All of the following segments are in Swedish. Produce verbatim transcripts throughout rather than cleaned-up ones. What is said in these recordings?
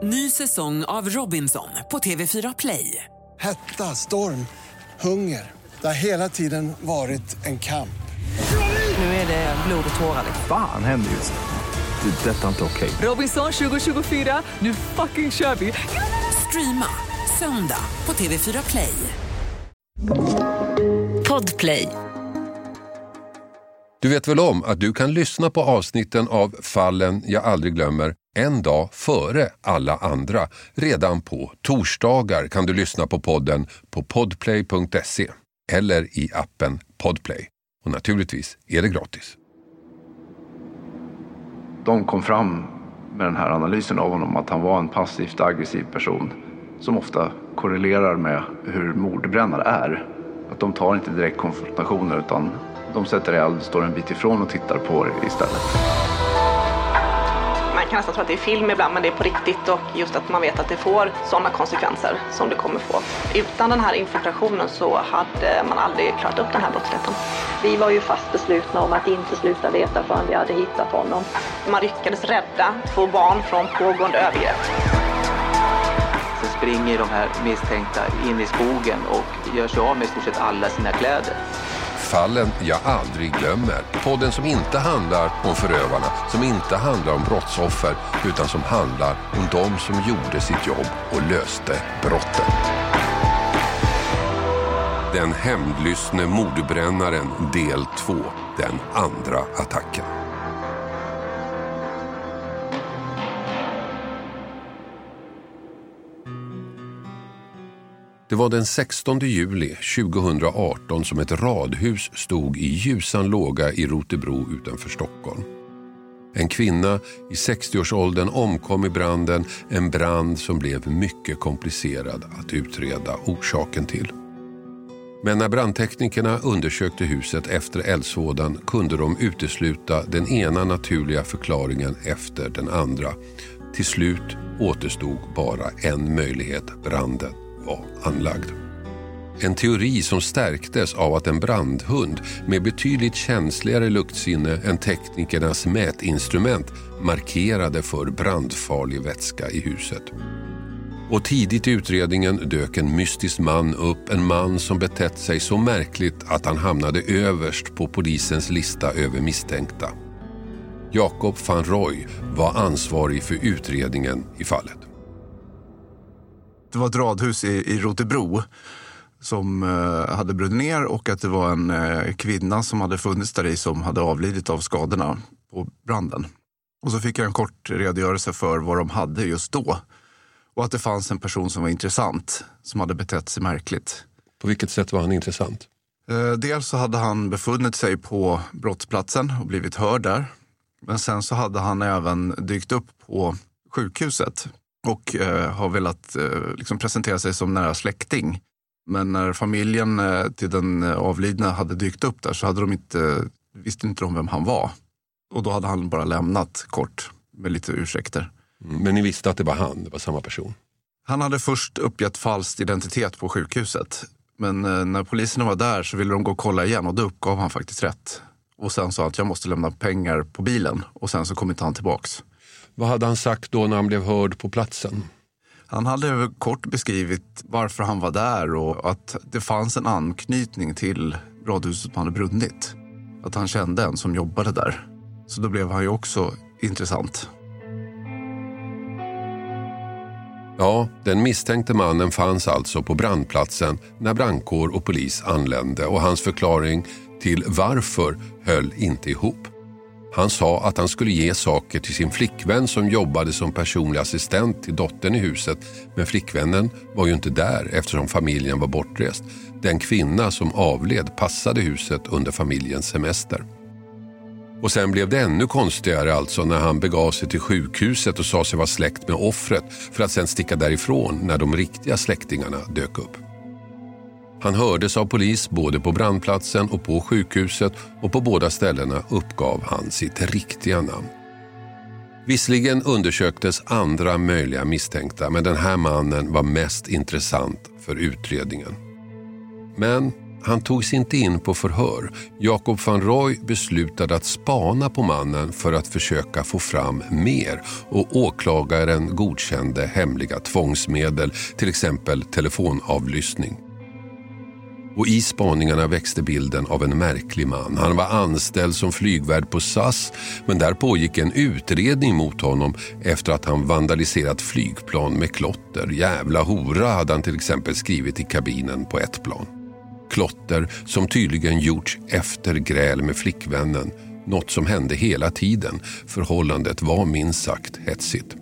Ny säsong av Robinson på T V fyra Play. Hetta, storm, hunger. Det har hela tiden varit en kamp. Nu är det blod och tårar. Fan händer just det. Det är detta inte okej. Robinson tjugo tjugofyra, nu fucking kör vi. Streama söndag på T V fyra Play. Podplay. Du vet väl om att du kan lyssna på avsnitten av Fallen jag aldrig glömmer en dag före alla andra. Redan på torsdagar kan du lyssna på podden på podplay punkt se eller i appen Podplay. Och naturligtvis är det gratis. De kom fram med den här analysen av honom att han var en passivt aggressiv person som ofta korrelerar med hur mordbrännare är. Att de tar inte direkt konfrontationer utan de sätter eld, står en bit ifrån och tittar på det istället. Man kan nästan tro att det är film ibland, men det är på riktigt, och just att man vet att det får sådana konsekvenser som det kommer få. Utan den här infiltrationen så hade man aldrig klarat upp den här brottsligheten. Vi var ju fast beslutna om att inte sluta leta förrän vi hade hittat honom. Man lyckades rädda två barn från pågående övergrepp. Så springer de här misstänkta in i skogen och gör sig av med i stort sett alla sina kläder. Fallen jag aldrig glömmer. Podden som inte handlar om förövarna, som inte handlar om brottsoffer, utan som handlar om de som gjorde sitt jobb och löste brotten. Den hämndlystne mordbrännaren del två, den andra attacken. Det var den sextonde juli tjugohundraarton som ett radhus stod i ljusan låga i Rotebro utanför Stockholm. En kvinna i sextioårsåldern omkom i branden, en brand som blev mycket komplicerad att utreda orsaken till. Men när brandteknikerna undersökte huset efter eldsvådan kunde de utesluta den ena naturliga förklaringen efter den andra. Till slut återstod bara en möjlighet: branden var anlagd. En teori som stärktes av att en brandhund med betydligt känsligare luktsinne än teknikernas mätinstrument markerade för brandfarlig vätska i huset. Och tidigt i utredningen dök en mystisk man upp, en man som betett sig så märkligt att han hamnade överst på polisens lista över misstänkta. Jakob van Roy var ansvarig för utredningen i fallet. Det var ett radhus i, i Rotebro som eh, hade brunnit ner, och att det var en eh, kvinna som hade funnits där i som hade avlidit av skadorna på branden. Och så fick jag en kort redogörelse för vad de hade just då. Och att det fanns en person som var intressant, som hade betett sig märkligt. På vilket sätt var han intressant? Eh, dels så hade han befunnit sig på brottsplatsen och blivit hörd där. Men sen så hade han även dykt upp på sjukhuset och eh, har velat eh, liksom presentera sig som nära släkting. Men när familjen eh, till den avlidna hade dykt upp där så hade de inte, visste inte de vem han var. Och då hade han bara lämnat kort med lite ursäkter. Mm, men ni visste att det var han, det var samma person? Han hade först uppgett falsk identitet på sjukhuset. Men eh, när poliserna var där så ville de gå och kolla igen, och då uppgav han faktiskt rätt. Och sen sa att jag måste lämna pengar på bilen, och sen så kom inte han tillbaks. Vad hade han sagt då när han blev hörd på platsen? Han hade kort beskrivit varför han var där och att det fanns en anknytning till radhuset som hade brunnit. Att han kände en som jobbade där. Så då blev han ju också intressant. Ja, den misstänkte mannen fanns alltså på brandplatsen när brandkår och polis anlände, och hans förklaring till varför höll inte ihop. Han sa att han skulle ge saker till sin flickvän som jobbade som personlig assistent till dottern i huset. Men flickvännen var ju inte där eftersom familjen var bortrest. Den kvinna som avled passade huset under familjens semester. Och sen blev det ännu konstigare alltså när han begav sig till sjukhuset och sa sig vara släkt med offret för att sen sticka därifrån när de riktiga släktingarna dök upp. Han hördes av polis både på brandplatsen och på sjukhuset, och på båda ställena uppgav han sitt riktiga namn. Visserligen undersöktes andra möjliga misstänkta, men den här mannen var mest intressant för utredningen. Men han togs inte in på förhör. Jacob van Roy beslutade att spana på mannen för att försöka få fram mer, och åklagaren godkände hemliga tvångsmedel, till exempel telefonavlyssning. Och i spaningarna växte bilden av en märklig man. Han var anställd som flygvärd på S A S, men där pågick en utredning mot honom efter att han vandaliserat flygplan med klotter. Jävla hora hade han till exempel skrivit i kabinen på ett plan. Klotter som tydligen gjorts efter gräl med flickvännen. Något som hände hela tiden. Förhållandet var minst sagt hetsigt.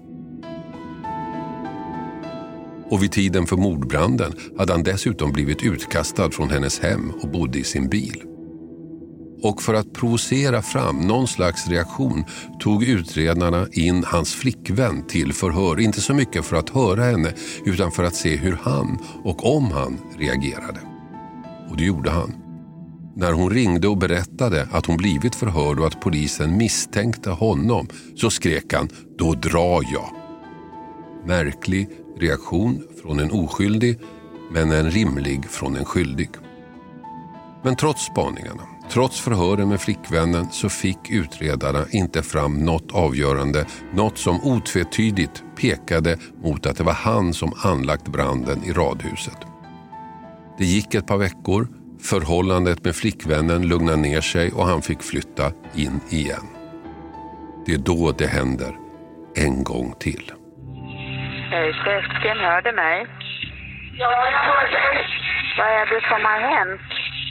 Och vid tiden för mordbranden hade han dessutom blivit utkastad från hennes hem och bodde i sin bil. Och för att provocera fram någon slags reaktion tog utredarna in hans flickvän till förhör. Inte så mycket för att höra henne utan för att se hur han och om han reagerade. Och det gjorde han. När hon ringde och berättade att hon blivit förhörd och att polisen misstänkte honom så skrek han: "Då drar jag." Märklig reaktion från en oskyldig, men en rimlig från en skyldig. Men trots spaningarna, trots förhören med flickvännen, så fick utredarna inte fram något avgörande, något som otvetydigt pekade mot att det var han som anlagt branden i radhuset. Det gick ett par veckor, förhållandet med flickvännen lugnade ner sig och han fick flytta in igen. Det är då det händer en gång till. Hej, Kerstin, hör du mig? Ja, jag hör dig. Vad är det som har hänt?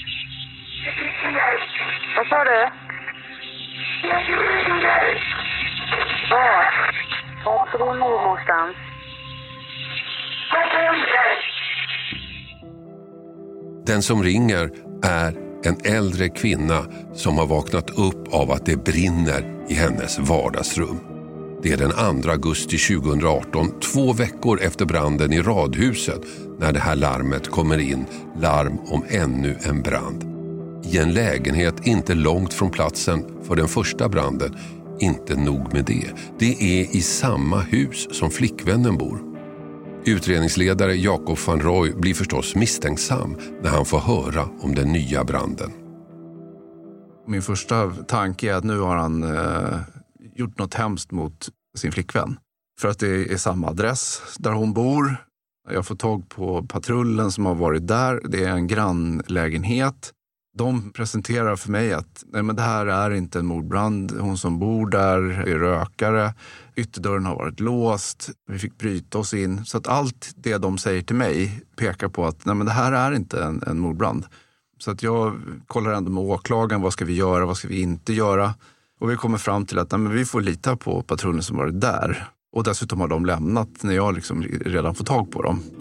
Vad sa du? Jag ringer. Var? Var är din mor någonstans? Vad händer? Den som ringer är en äldre kvinna som har vaknat upp av att det brinner i hennes vardagsrum. Det är den andra augusti tjugohundraarton, två veckor efter branden i radhuset, när det här larmet kommer in, larm om ännu en brand. I en lägenhet inte långt från platsen för den första branden. Inte nog med det, det är i samma hus som flickvännen bor. Utredningsledare Jacob van Roy blir förstås misstänksam när han får höra om den nya branden. Min första tanke är att nu har han eh, gjort något hemskt mot sin flickvän. För att det är samma adress där hon bor. Jag får tag på patrullen som har varit där. Det är en grannlägenhet. De presenterar för mig att nej, men det här är inte en mordbrand. Hon som bor där är rökare. Ytterdörren har varit låst. Vi fick bryta oss in. Så att allt det de säger till mig pekar på att nej, men det här är inte en, en mordbrand. Så att jag kollar ändå med åklagaren. Vad ska vi göra? Vad ska vi inte göra? Och vi kommer fram till att nej, men vi får lita på patrullen som varit där. Och dessutom har de lämnat när jag liksom redan får tag på dem.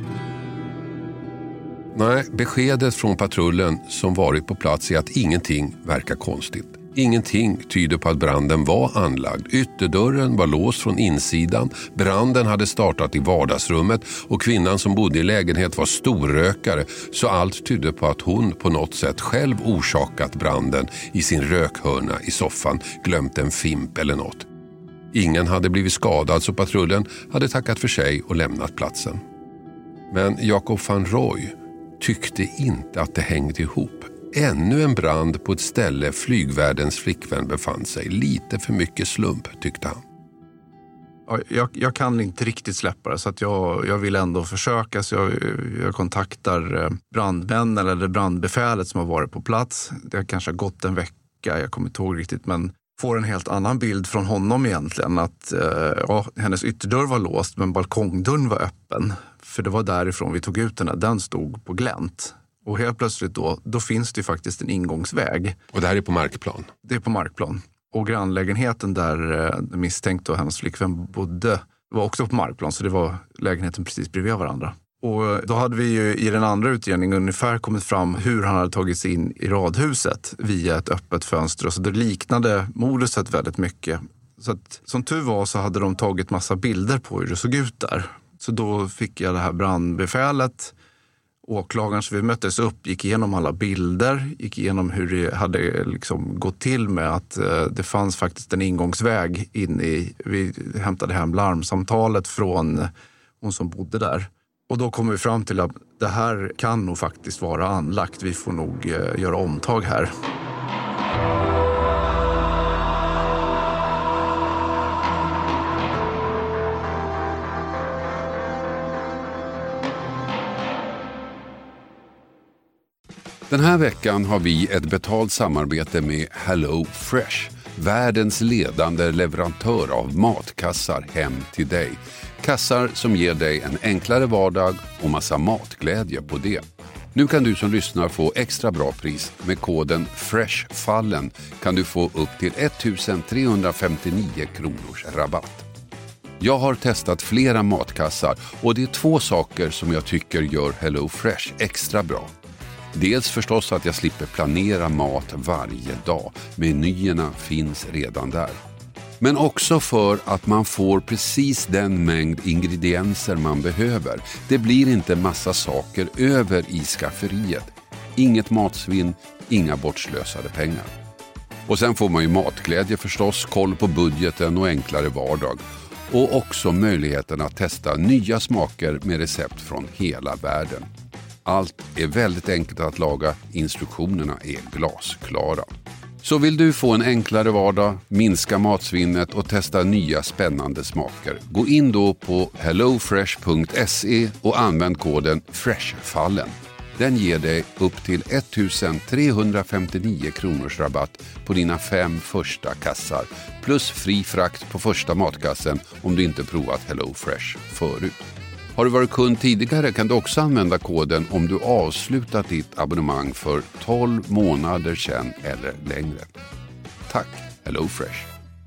Nej, beskedet från patrullen som varit på plats är att ingenting verkar konstigt. Ingenting tyder på att branden var anlagd. Ytterdörren var låst från insidan. Branden hade startat i vardagsrummet och kvinnan som bodde i lägenhet var storrökare. Så allt tydde på att hon på något sätt själv orsakat branden i sin rökhörna i soffan, glömt en fimp eller något. Ingen hade blivit skadad så patrullen hade tackat för sig och lämnat platsen. Men Jacob van Roy tyckte inte att det hängde ihop. Ännu en brand på ett ställe flygvärdens flickvän befann sig. Lite för mycket slump, tyckte han. Jag, jag kan inte riktigt släppa det så att jag, jag vill ändå försöka. Så jag, jag kontaktar brandmän eller brandbefälet som har varit på plats. Det har kanske gått en vecka, jag kommer inte ihåg riktigt, men får en helt annan bild från honom egentligen. Att ja, hennes ytterdörr var låst men balkongdörren var öppen. För det var därifrån vi tog ut den här. Den stod på glänt. Och helt plötsligt då, då finns det ju faktiskt en ingångsväg. Och det här är på markplan? Det är på markplan. Och grannlägenheten där misstänkt och hennes flickvän bodde var också på markplan. Så det var lägenheten precis bredvid varandra. Och då hade vi ju i den andra utredningen ungefär kommit fram hur han hade tagit sig in i radhuset via ett öppet fönster. Och så det liknade moduset väldigt mycket. Så att, som tur var så hade de tagit massa bilder på hur det såg ut där. Så då fick jag det här brandbefälet. Åklagaren, så vi möttes upp, gick igenom alla bilder, gick igenom hur det hade liksom gått till med att eh, det fanns faktiskt en ingångsväg in i, vi hämtade hem larmsamtalet från hon som bodde där. Och då kom vi fram till att det här kan nog faktiskt vara anlagt. Vi får nog eh, göra omtag här. Den här veckan har vi ett betalt samarbete med Hello Fresh, världens ledande leverantör av matkassar hem till dig. Kassar som ger dig en enklare vardag och massa matglädje på det. Nu kan du som lyssnar få extra bra pris. Med koden FRESHFALLEN kan du få upp till ettusentrehundrafemtionio kronors rabatt. Jag har testat flera matkassar och det är två saker som jag tycker gör Hello Fresh extra bra. Dels förstås att jag slipper planera mat varje dag. Menyerna finns redan där. Men också för att man får precis den mängd ingredienser man behöver. Det blir inte massa saker över i skafferiet. Inget matsvinn, inga bortslösade pengar. Och sen får man ju matglädje förstås, koll på budgeten och enklare vardag. Och också möjligheten att testa nya smaker med recept från hela världen. Allt är väldigt enkelt att laga, instruktionerna är glasklara. Så vill du få en enklare vardag, minska matsvinnet och testa nya spännande smaker, gå in då på hellofresh punkt se och använd koden FRESHFALLEN. Den ger dig upp till ettusentrehundrafemtionio kronors rabatt på dina fem första kassar, plus fri frakt på första matkassen om du inte provat Hello Fresh förut. Har du varit kund tidigare kan du också använda koden om du avslutat ditt abonnemang för tolv månader sedan eller längre. Tack, Hello Fresh.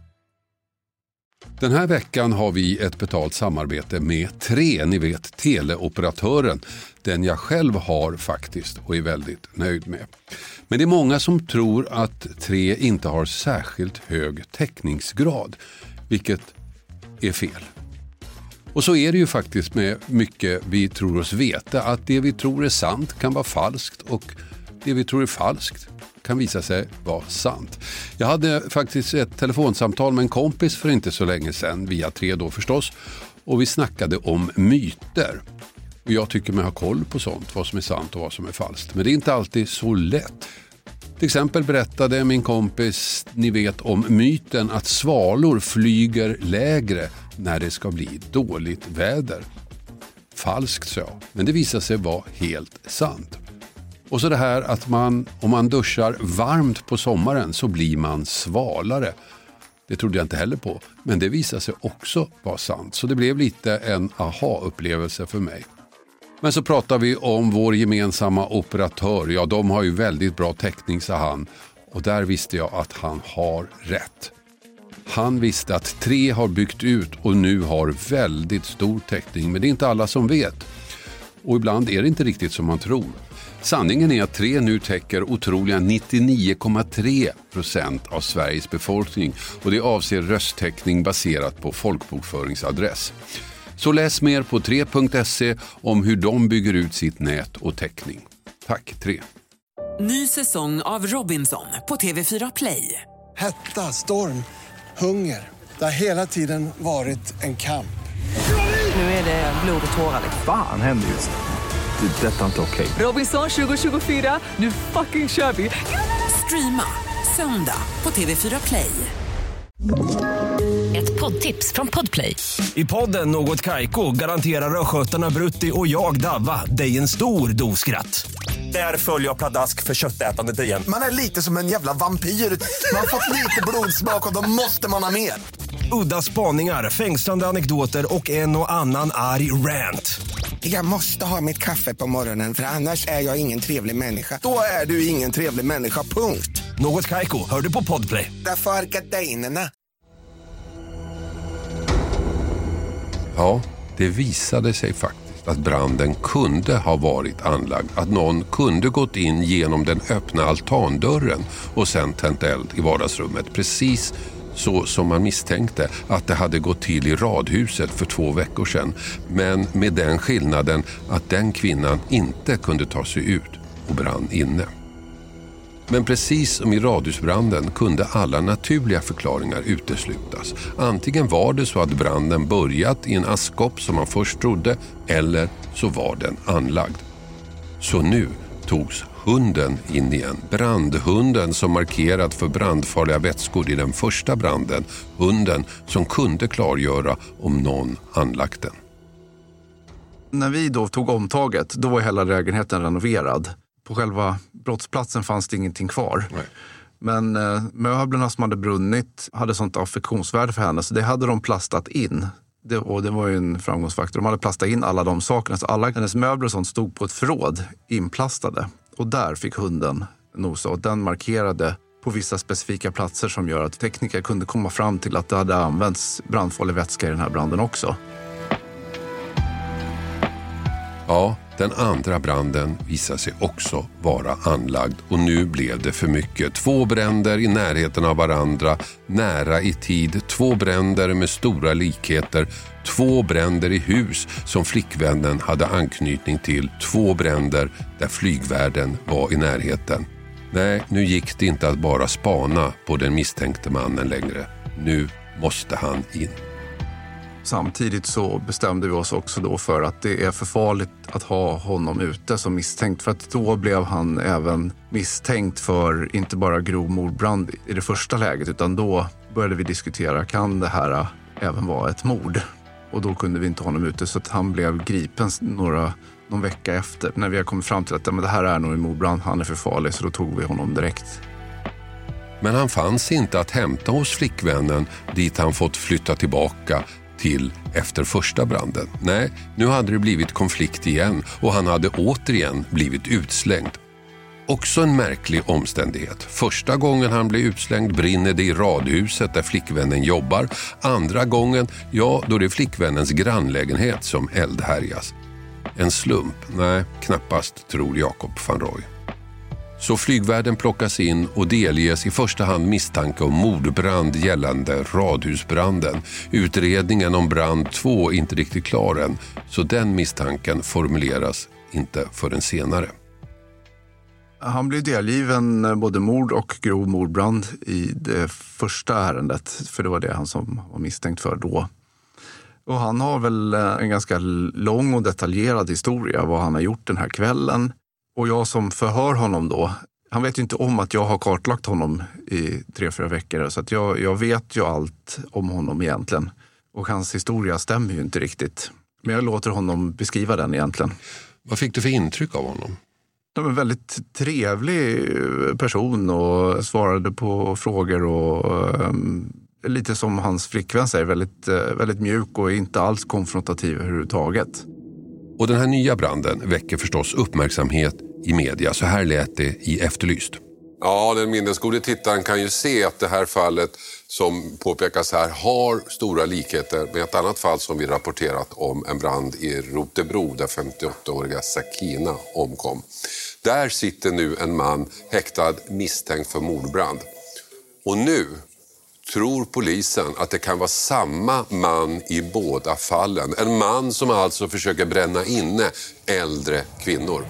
Den här veckan har vi ett betalt samarbete med Tre, ni vet teleoperatören. Den jag själv har faktiskt och är väldigt nöjd med. Men det är många som tror att Tre inte har särskilt hög täckningsgrad, vilket är fel. Och så är det ju faktiskt med mycket vi tror oss veta, att det vi tror är sant kan vara falskt och det vi tror är falskt kan visa sig vara sant. Jag hade faktiskt ett telefonsamtal med en kompis för inte så länge sedan, via Tre då förstås, och vi snackade om myter. Och jag tycker man har koll på sånt, vad som är sant och vad som är falskt. Men det är inte alltid så lätt. Till exempel berättade min kompis, ni vet, om myten att svalor flyger lägre när det ska bli dåligt väder. Falskt så, men det visar sig vara helt sant. Och så det här att man, om man duschar varmt på sommaren så blir man svalare. Det trodde jag inte heller på, men det visar sig också vara sant. Så det blev lite en aha-upplevelse för mig. Men så pratar vi om vår gemensamma operatör. Ja, de har ju väldigt bra täckning, sa han. Och där visste jag att han har rätt. Han visste att Tre har byggt ut och nu har väldigt stor täckning. Men det är inte alla som vet. Och ibland är det inte riktigt som man tror. Sanningen är att Tre nu täcker otroliga nittionio komma tre procent av Sveriges befolkning. Och det avser rösttäckning baserat på folkbokföringsadress. Så läs mer på tre punkt se om hur de bygger ut sitt nät och täckning. Tack Tre. Ny säsong av Robinson på T V fyra Play. Hetta, storm, hunger. Det har hela tiden varit en kamp. Nu är det blod och tårar. Fan händer just det. Det är detta inte okej. Robinson tjugo tjugofyra, nu fucking kör vi. Streama söndag på T V fyra Play. Ett poddtips från Podplay. I podden Något Kaiko garanterar röskötarna Brutti och jag Davva dig en stor doskratt. Där följer jag pladask för köttätandet igen. Man är lite som en jävla vampyr. Man har fått lite blodsmak och då måste man ha mer. Udda spaningar, fängslande anekdoter och en och annan arg rant. Jag måste ha mitt kaffe på morgonen för annars är jag ingen trevlig människa. Då är du ingen trevlig människa, punkt. Något Kaiko, hör du på Podplay. Därför är gardinerna. Ja, det visade sig faktiskt att branden kunde ha varit anlagd. Att någon kunde gått in genom den öppna altandörren och sen tänt eld i vardagsrummet. Precis så som man misstänkte att det hade gått till i radhuset för två veckor sedan. Men med den skillnaden att den kvinnan inte kunde ta sig ut och brann inne. Men precis som i radhusbranden kunde alla naturliga förklaringar uteslutas. Antingen var det så att branden börjat i en askkopp som man först trodde, eller så var den anlagd. Så nu togs hunden in igen. Brandhunden som markerat för brandfarliga vätskor i den första branden. Hunden som kunde klargöra om någon anlagt den. När vi då tog omtaget, då var hela lägenheten renoverad. På själva brottsplatsen fanns det ingenting kvar. Nej. Men eh, möblerna som hade brunnit hade sånt affektionsvärde för henne, så det hade de plastat in. Det, och det var ju en framgångsfaktor. De hade plastat in alla de sakerna, så alla hennes möbler och sånt stod på ett förråd inplastade. Och där fick hunden nosa, och den markerade på vissa specifika platser som gör att tekniker kunde komma fram till att det hade använts brandfarlig vätska i den här branden också. Ja, den andra branden visade sig också vara anlagd, och nu blev det för mycket. Två bränder i närheten av varandra, nära i tid. Två bränder med stora likheter. Två bränder i hus som flickvännen hade anknytning till. Två bränder där flygvärden var i närheten. Nej, nu gick det inte att bara spana på den misstänkte mannen längre. Nu måste han in. Samtidigt så bestämde vi oss också då för att det är för farligt att ha honom ute som misstänkt. För att då blev han även misstänkt för inte bara grov mordbrand i det första läget, utan då började vi diskutera, kan det här även vara ett mord? Och då kunde vi inte ha honom ute, så att han blev gripen några, någon vecka efter. När vi har kommit fram till att men det här är nog en mordbrand, han är för farlig, så då tog vi honom direkt. Men han fanns inte att hämta hos flickvännen dit han fått flytta tillbaka till efter första branden. Nej, nu hade det blivit konflikt igen, och han hade återigen blivit utslängd. Också en märklig omständighet. Första gången han blev utslängd brinner det i radhuset där flickvännen jobbar. Andra gången, ja, då det är flickvännens grannlägenhet som eldhärjas. En slump? Nej, knappast, tror Jakob van Roy. Så flygvärden plockas in och delges i första hand misstanke om mordbrand gällande radhusbranden. Utredningen om brand två är inte riktigt klar än, så den misstanken formuleras inte förrän senare. Han blev delgiven både mord och grov mordbrand i det första ärendet, för det var det han som var misstänkt för då. Och han har väl en ganska lång och detaljerad historia vad han har gjort den här kvällen. Och jag som förhör honom då, han vet ju inte om att jag har kartlagt honom i tre, fyra veckor. Så att jag, jag vet ju allt om honom egentligen. Och hans historia stämmer ju inte riktigt. Men jag låter honom beskriva den egentligen. Vad fick du för intryck av honom? Han var en väldigt trevlig person och svarade på frågor och um, lite som hans flickvän säger, väldigt, uh, väldigt mjuk och inte alls konfrontativ överhuvudtaget. Och den här nya branden väcker förstås uppmärksamhet i media. Så här lät det i Efterlyst. Ja, den minnesgode tittaren kan ju se att det här fallet som påpekas här har stora likheter med ett annat fall som vi rapporterat om, en brand i Rotebro där femtioåttaåriga Sakina omkom. Där sitter nu en man häktad misstänkt för mordbrand. Och nu tror polisen att det kan vara samma man i båda fallen. En man som alltså försöker bränna inne äldre kvinnor.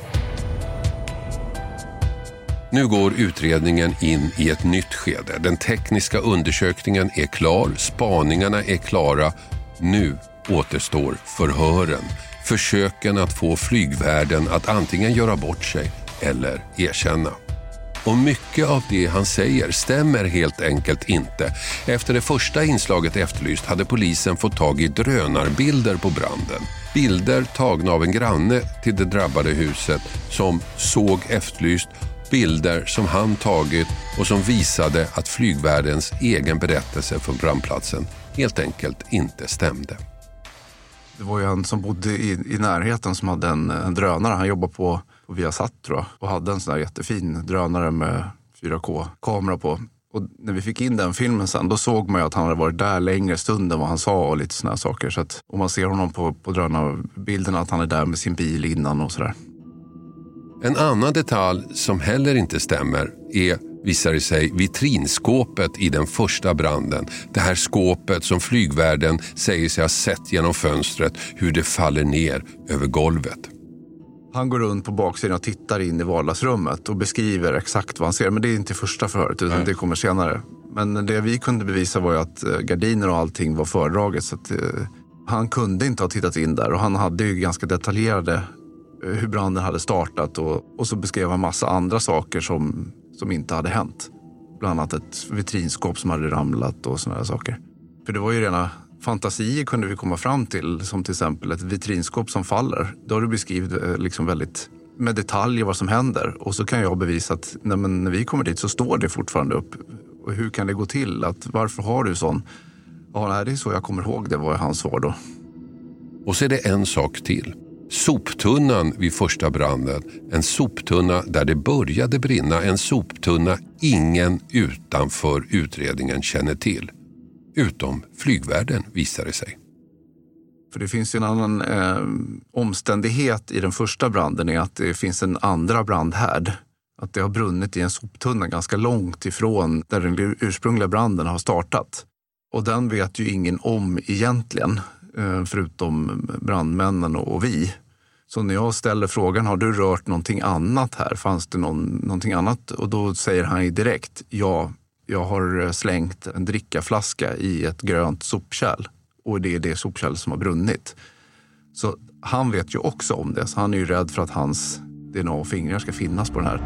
Nu går utredningen in i ett nytt skede. Den tekniska undersökningen är klar, spaningarna är klara. Nu återstår förhören. Försöken att få flygvärden att antingen göra bort sig eller erkänna. Och mycket av det han säger stämmer helt enkelt inte. Efter det första inslaget Efterlyst hade polisen fått tag i drönarbilder på branden. Bilder tagna av en granne till det drabbade huset som såg Efterlyst. Bilder som han tagit och som visade att flygvärdens egen berättelse från brandplatsen helt enkelt inte stämde. Det var ju en som bodde i, i närheten som hade en, en drönare. Han jobbade på, på Viasat tror jag. Och hade en sån här jättefin drönare med fyra K-kamera på. Och när vi fick in den filmen sen, då såg man ju att han hade varit där längre stund än vad han sa och lite såna här saker. Så att om man ser honom på, på drönarbilderna att han är där med sin bil innan och sådär. En annan detalj som heller inte stämmer är, visar det sig, vitrinskåpet i den första branden. Det här skåpet som flygvärden säger sig ha sett genom fönstret hur det faller ner över golvet. Han går runt på baksidan och tittar in i vardagsrummet och beskriver exakt vad han ser. Men det är inte första förhöret utan Nej. det kommer senare. Men det vi kunde bevisa var ju att gardiner och allting var fördraget. Så att, eh, han kunde inte ha tittat in där och han hade ju ganska detaljerade hur branden hade startat och, och så beskrev han massa andra saker som, som inte hade hänt. Bland annat ett vitrinskåp som hade ramlat och såna här saker. För det var ju rena fantasier kunde vi komma fram till, som till exempel ett vitrinskåp som faller. Då har du beskrivit liksom väldigt med detaljer vad som händer. Och så kan jag bevisa att nej, men när vi kommer dit så står det fortfarande upp. Och hur kan det gå till? Att, varför har du sån? Ja, nej, det är så jag kommer ihåg det, var hans svar då. Och så är det en sak till. Soptunnan vid första branden. En soptunna där det började brinna. En soptunna ingen utanför utredningen känner till. Utom flygvärden visar det sig. För det finns ju en annan eh, omständighet i den första branden är att det finns en andra brandhärd. Att det har brunnit i en soptunna ganska långt ifrån där den ursprungliga branden har startat. Och den vet ju ingen om egentligen, eh, förutom brandmännen och, och vi. Så när jag ställer frågan, har du rört någonting annat här? Fanns det någon, någonting annat? Och då säger han ju direkt, ja, jag har slängt en drickaflaska i ett grönt sopkärl. Och det är det sopkärl som har brunnit. Så han vet ju också om det. Så han är ju rädd för att hans D N A och fingrar ska finnas på den här.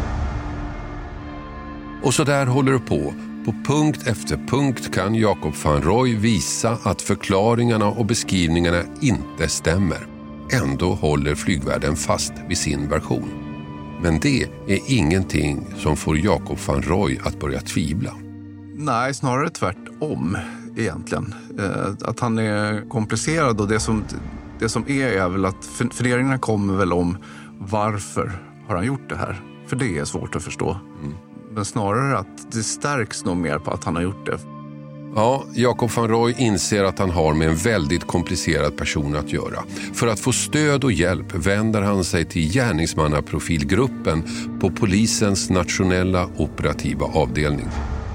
Och så där håller det på. På punkt efter punkt kan Jakob van Roy visa att förklaringarna och beskrivningarna inte stämmer. Ändå håller flygvärden fast vid sin version. Men det är ingenting som får Jakob van Roy att börja tvivla. Nej, snarare tvärtom egentligen. Att han är komplicerad och det som, det som är är väl att funderingarna kommer väl om varför har han gjort det här? För det är svårt att förstå. Mm. Men snarare att det stärks nog mer på att han har gjort det. Ja, Jakob van Roy inser att han har med en väldigt komplicerad person att göra. För att få stöd och hjälp vänder han sig till gärningsmannaprofilgruppen på polisens nationella operativa avdelning.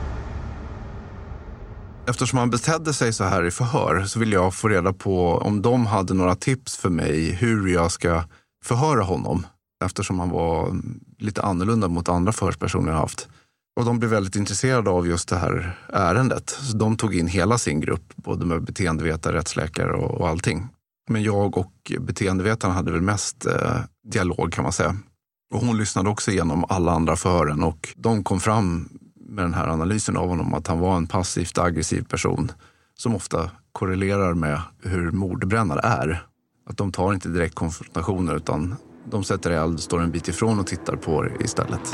Eftersom han betedde sig så här i förhör så vill jag få reda på om de hade några tips för mig hur jag ska förhöra honom. Eftersom han var lite annorlunda mot andra förhörspersoner jag haft. Och de blev väldigt intresserade av just det här ärendet. Så de tog in hela sin grupp, både med beteendevetare, rättsläkare och, och allting. Men jag och beteendevetaren hade väl mest eh, dialog kan man säga. Och hon lyssnade också igenom alla andra förhören och de kom fram med den här analysen av honom att han var en passivt aggressiv person som ofta korrelerar med hur mordbrännare är. Att de tar inte direkt konfrontationer utan de sätter eld, står en bit ifrån och tittar på det istället.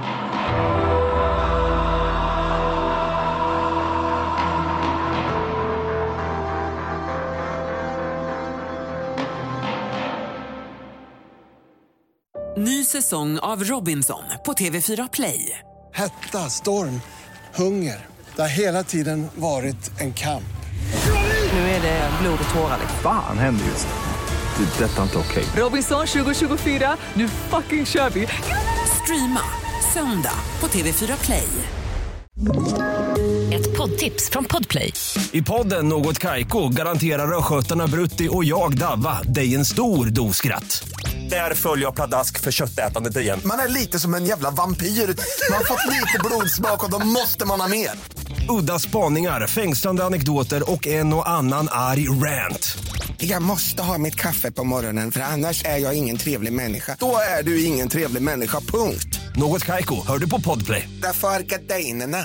Ny säsong av Robinson på T V fyra Play. Hetta, storm, hunger. Det har hela tiden varit en kamp. Nu är det blod och tårar. Fan händer just det. Det är detta inte okej. Robinson tjugo tjugofyra, nu fucking kör vi. Streama söndag på T V fyra Play. Ett poddtips från Podplay. I podden Något Kaiko garanterar röskötarna Brutti och jag Davva dig en stor doskratt. Där följer jag pladask för köttätandet igen. Man är lite som en jävla vampyr. Man har fått lite blodsmak och då måste man ha mer. Udda spaningar, fängslande anekdoter och en och annan arg rant. Jag måste ha mitt kaffe på morgonen för annars är jag ingen trevlig människa. Då är du ingen trevlig människa, punkt. Något Kaiko, hör du på Podplay. Därför är gardinerna.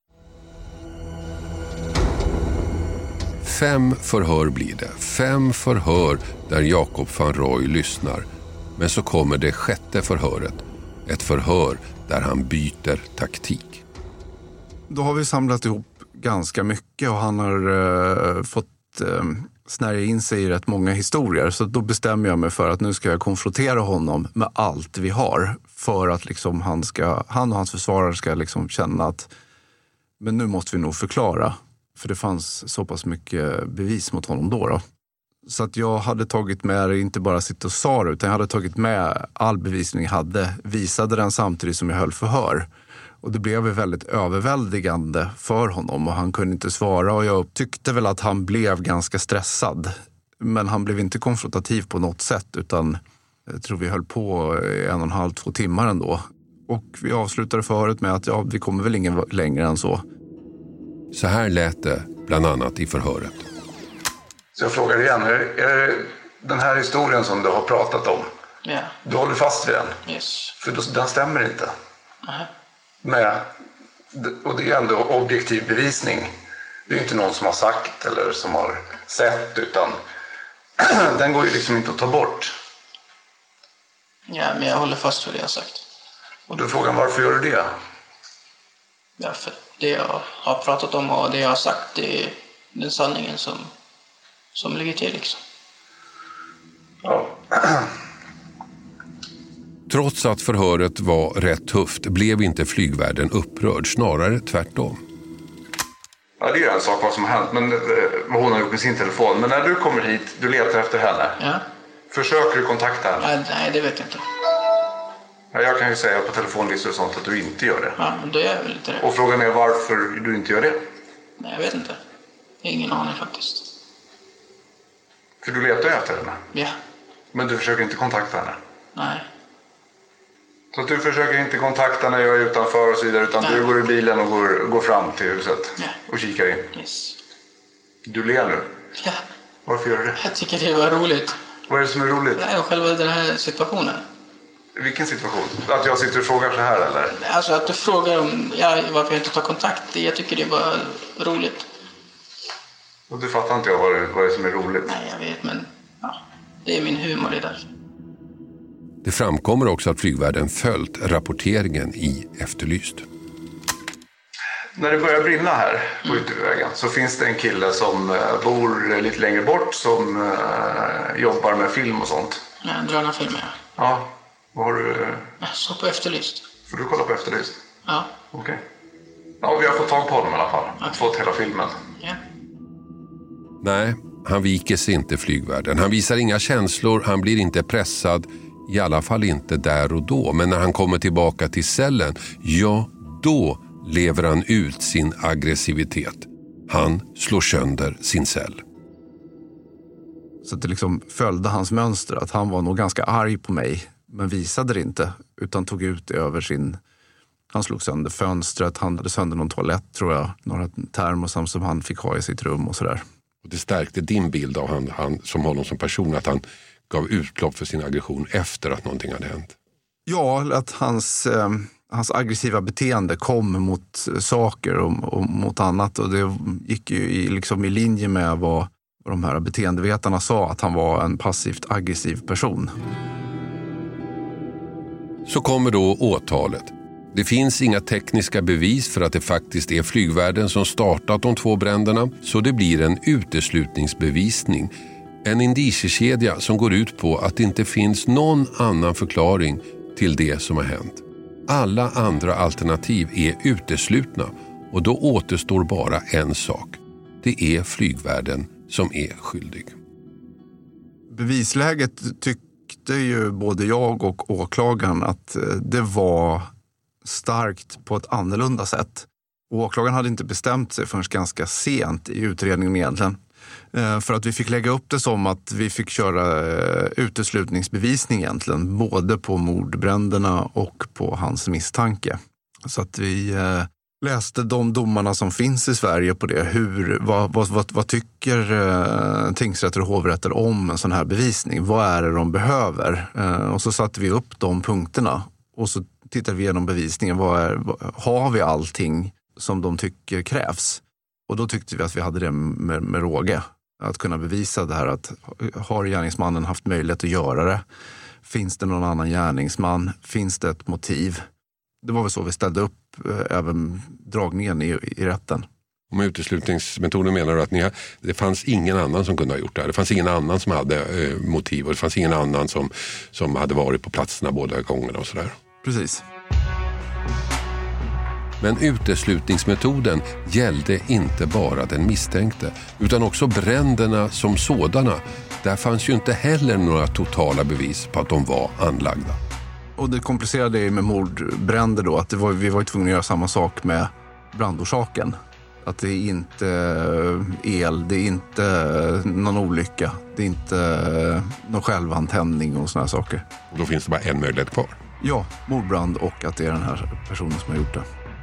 Fem förhör blir det. Fem förhör där Jakob van Roy lyssnar. Men så kommer det sjätte förhöret. Ett förhör där han byter taktik. Då har vi samlat ihop ganska mycket och han har uh, fått uh, snärja in sig i rätt många historier. Så då bestämmer jag mig för att nu ska jag konfrontera honom med allt vi har. För att liksom han, ska, han och hans försvarare ska liksom känna att men nu måste vi nog förklara. För det fanns så pass mycket bevis mot honom då då. Så att jag hade tagit med det, inte bara sitta och sa det, utan jag hade tagit med all bevisning jag hade, visade den samtidigt som jag höll förhör. Och det blev väldigt överväldigande för honom och han kunde inte svara och jag tyckte väl att han blev ganska stressad. Men han blev inte konfrontativ på något sätt utan jag tror vi höll på en och en halv, två timmar ändå. Och vi avslutade förhöret med att ja, vi kommer väl ingen längre än så. Så här lät det bland annat i förhöret. Så jag frågar igen, är det den här historien som du har pratat om Ja. Du håller fast vid den? Yes. För då, den stämmer inte. Nej. Med, och det är ändå objektiv bevisning. Det är inte någon som har sagt eller som har sett, utan den går ju liksom inte att ta bort. Ja, men jag håller fast vid det jag har sagt. Och då är frågan, varför gör du det? Ja, för det jag har pratat om och det jag har sagt, det är den sanningen som, som ligger till liksom. Ja. Trots att förhöret var rätt tufft blev inte flygvärden upprörd, snarare tvärtom. Ja, det är en sak vad som har hänt, men vad hon har gjort med sin telefon. Men när du kommer hit, du letar efter henne. Ja. Försöker du kontakta henne? Ja, nej, det vet jag inte. Ja, jag kan ju säga på telefonlistor och sånt att du inte gör det. Ja, men då är jag väl lite det. Och frågan är varför du inte gör det? Nej, jag vet inte. Jag har ingen aning faktiskt. För du letar ju efter henne? Ja. Men du försöker inte kontakta henne? Nej. Så att du försöker inte kontakta när jag är utanför och så vidare, utan nej. Du går i bilen och går, går fram till huset ja. Och kikar in? Yes. Du ler nu? Ja. Varför gör du det? Jag tycker det var roligt. Vad är det som är roligt? Nej, själva den här situationen. Vilken situation? Att jag sitter och frågar så här eller? Alltså att du frågar om ja, varför jag inte tar kontakt. Jag tycker det var roligt. Och du fattar inte jag vad det, vad det är som är roligt? Nej, jag vet, men ja, det är min humor det där. Det framkommer också att flygvärden följt rapporteringen i Efterlyst. När det börjar brinna här på mm. Yttervägen så finns det en kille som bor lite längre bort som uh, jobbar med film och sånt. Ja, drönarfilm, ja. Ja, vad har du? Jag så på Efterlyst. Får du kolla på Efterlyst? Ja. Okej. Okay. Ja, vi har fått tag på honom i alla fall. Okay. Fått hela filmen. Ja. Nej, han viker sig inte flygvärden. Han visar inga känslor, han blir inte pressad. I alla fall inte där och då. Men när han kommer tillbaka till cellen, ja, då lever han ut sin aggressivitet. Han slår sönder sin cell. Så att det liksom följde hans mönster. Att han var nog ganska arg på mig, men visade det inte. Utan tog ut det över sin... Han slog sönder fönstret, han hade sönder någon toalett tror jag. Några termosar som han fick ha i sitt rum och sådär. Och det stärkte din bild av han, han som honom som person, att han gav utlopp för sin aggression efter att någonting hade hänt? Ja, att hans, eh, hans aggressiva beteende kom mot saker och, och mot annat. Och det gick ju i, liksom i linje med vad, vad de här beteendevetarna sa, att han var en passivt aggressiv person. Så kommer då åtalet. Det finns inga tekniska bevis för att det faktiskt är flygvärden som startat de två bränderna, så det blir en uteslutningsbevisning. En indiciekedja som går ut på att det inte finns någon annan förklaring till det som har hänt. Alla andra alternativ är uteslutna och då återstår bara en sak. Det är flygvärden som är skyldig. Bevisläget tyckte ju både jag och åklagaren att det var starkt på ett annorlunda sätt. Åklagaren hade inte bestämt sig förrän ganska sent i utredningen egentligen. För att vi fick lägga upp det som att vi fick köra uteslutningsbevisning egentligen. Både på mordbränderna och på hans misstanke. Så att vi läste de domarna som finns i Sverige på det. Hur, vad, vad, vad, vad tycker tingsrätter och hovrätter om en sån här bevisning? Vad är det de behöver? Och så satte vi upp de punkterna. Och så tittade vi igenom bevisningen. Vad är, har vi allting som de tycker krävs? Och då tyckte vi att vi hade det med, med råge. Att kunna bevisa det här att har gärningsmannen haft möjlighet att göra det? Finns det någon annan gärningsman? Finns det ett motiv? Det var väl så vi ställde upp eh, även dragningen i, i rätten. Och med uteslutningsmetoden menar du att ni har, det fanns ingen annan som kunde ha gjort det här. Det fanns ingen annan som hade eh, motiv och det fanns ingen annan som, som hade varit på platserna båda gångerna och sådär. Precis. Men uteslutningsmetoden gällde inte bara den misstänkte utan också bränderna som sådana. Där fanns ju inte heller några totala bevis på att de var anlagda. Och det komplicerade med mordbränder då att det var, vi var tvungna att göra samma sak med brandorsaken. Att det är inte el, det är inte någon olycka, det är inte någon självantändning och såna här saker. Och då finns det bara en möjlighet kvar. Ja, mordbrand och att det är den här personen som har gjort det.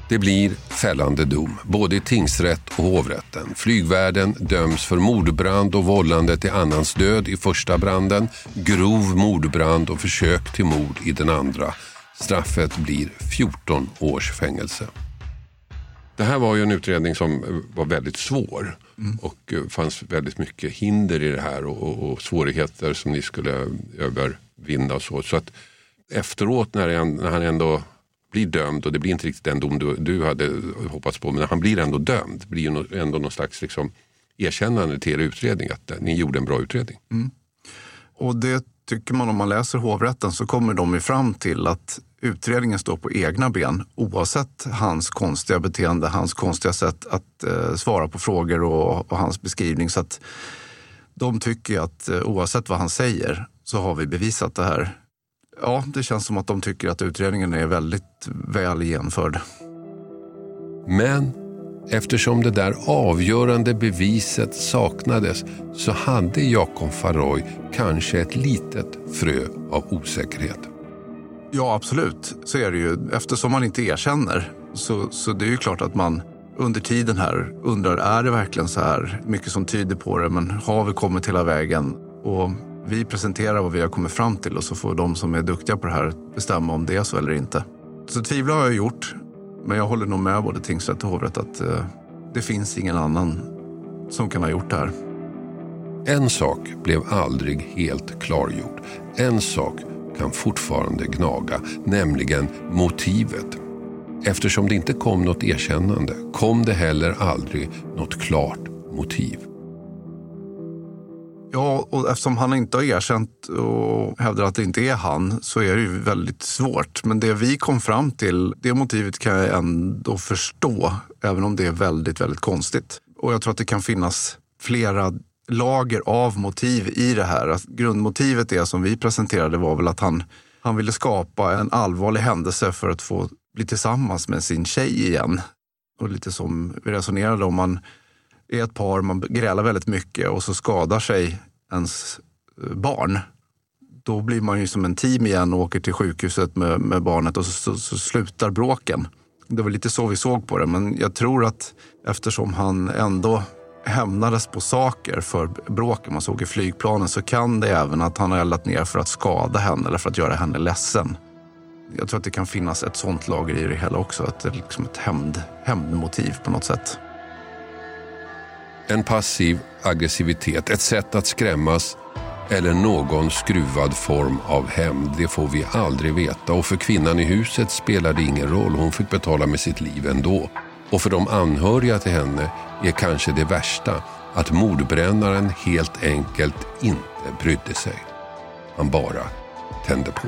Det blir fällande dom, både i tingsrätt och hovrätten. Flygvärden döms för mordbrand och vållande till annans död i första branden, grov mordbrand och försök till mord i den andra. Straffet blir fjorton års fängelse. Det här var ju en utredning som var väldigt svår mm. och fanns väldigt mycket hinder i det här och, och, och svårigheter som ni skulle övervinna och så. Så att efteråt när, jag, när han ändå blir dömd, och det blir inte riktigt den dom du, du hade hoppats på, men när han blir ändå dömd, det blir ju ändå någon slags liksom erkännande till er utredning att ni gjorde en bra utredning. Mm. Och det tycker man, om man läser hovrätten så kommer de ju fram till att utredningen står på egna ben oavsett hans konstiga beteende, hans konstiga sätt att eh, svara på frågor och, och hans beskrivning. Så att de tycker att eh, oavsett vad han säger så har vi bevisat det här. Ja, det känns som att de tycker att utredningen är väldigt väl genomförd. Men eftersom det där avgörande beviset saknades så hade Jakob Farroy kanske ett litet frö av osäkerhet. Ja, absolut. Så är det ju. Eftersom man inte erkänner så, så det är ju klart att man under tiden här undrar, är det verkligen så här? Mycket som tyder på det, men har vi kommit hela vägen? Och vi presenterar vad vi har kommit fram till och så får de som är duktiga på det här bestämma om det är så eller inte. Så tvivlar har jag gjort, men jag håller nog med både tingsrätt och hovrätt att eh, det finns ingen annan som kan ha gjort det här. En sak blev aldrig helt klargjord. En sak kan fortfarande gnaga, nämligen motivet. Eftersom det inte kom något erkännande kom det heller aldrig något klart motiv. Ja, och eftersom han inte har erkänt och hävdar att det inte är han så är det ju väldigt svårt. Men det vi kom fram till, det motivet kan jag ändå förstå, även om det är väldigt, väldigt konstigt. Och jag tror att det kan finnas flera lager av motiv i det här. Att grundmotivet är, som vi presenterade, var väl att han, han ville skapa en allvarlig händelse för att få bli tillsammans med sin tjej igen. Och lite som vi resonerade om, man är ett par, man grälar väldigt mycket och så skadar sig ens barn. Då blir man ju som en team igen och åker till sjukhuset med, med barnet och så, så, så slutar bråken. Det var lite så vi såg på det, men jag tror att eftersom han ändå hämnades på saker för bråken man såg i flygplanen, så kan det även att han har eldat ner för att skada henne eller för att göra henne ledsen. Jag tror att det kan finnas ett sånt lager i det hela också, att det är liksom ett hämnd, hämndmotiv på något sätt. En passiv aggressivitet, ett sätt att skrämmas eller någon skruvad form av hämnd, det får vi aldrig veta. Och för kvinnan i huset spelar det ingen roll, hon fick betala med sitt liv ändå. Och för de anhöriga till henne är kanske det värsta att mordbrännaren helt enkelt inte brydde sig. Han bara tände på.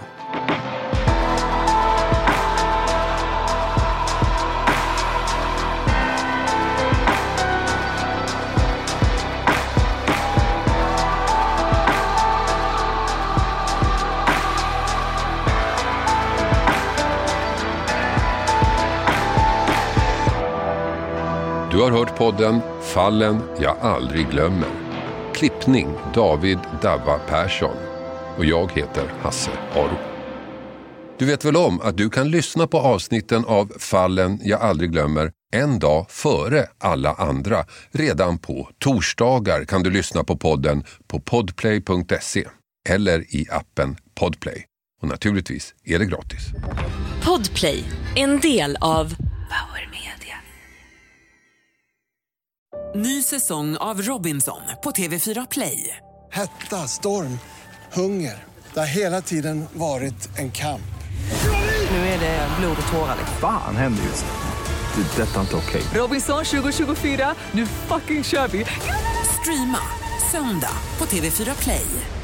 Du har hört podden Fallen jag aldrig glömmer. Klippning David Davva Persson. Och jag heter Hasse Aro. Du vet väl om att du kan lyssna på avsnitten av Fallen jag aldrig glömmer en dag före alla andra. Redan på torsdagar kan du lyssna på podden på podplay punkt se eller i appen Podplay. Och naturligtvis är det gratis. Podplay, en del av Power Media. Ny säsong av Robinson på T V fyra Play. Hetta, storm, hunger. Det har hela tiden varit en kamp. Nu är det blod och tårar. Fan händer just det. Det är detta inte okej. Robinson tjugo tjugofyra, nu fucking kör vi. Streama söndag på T V fyra Play.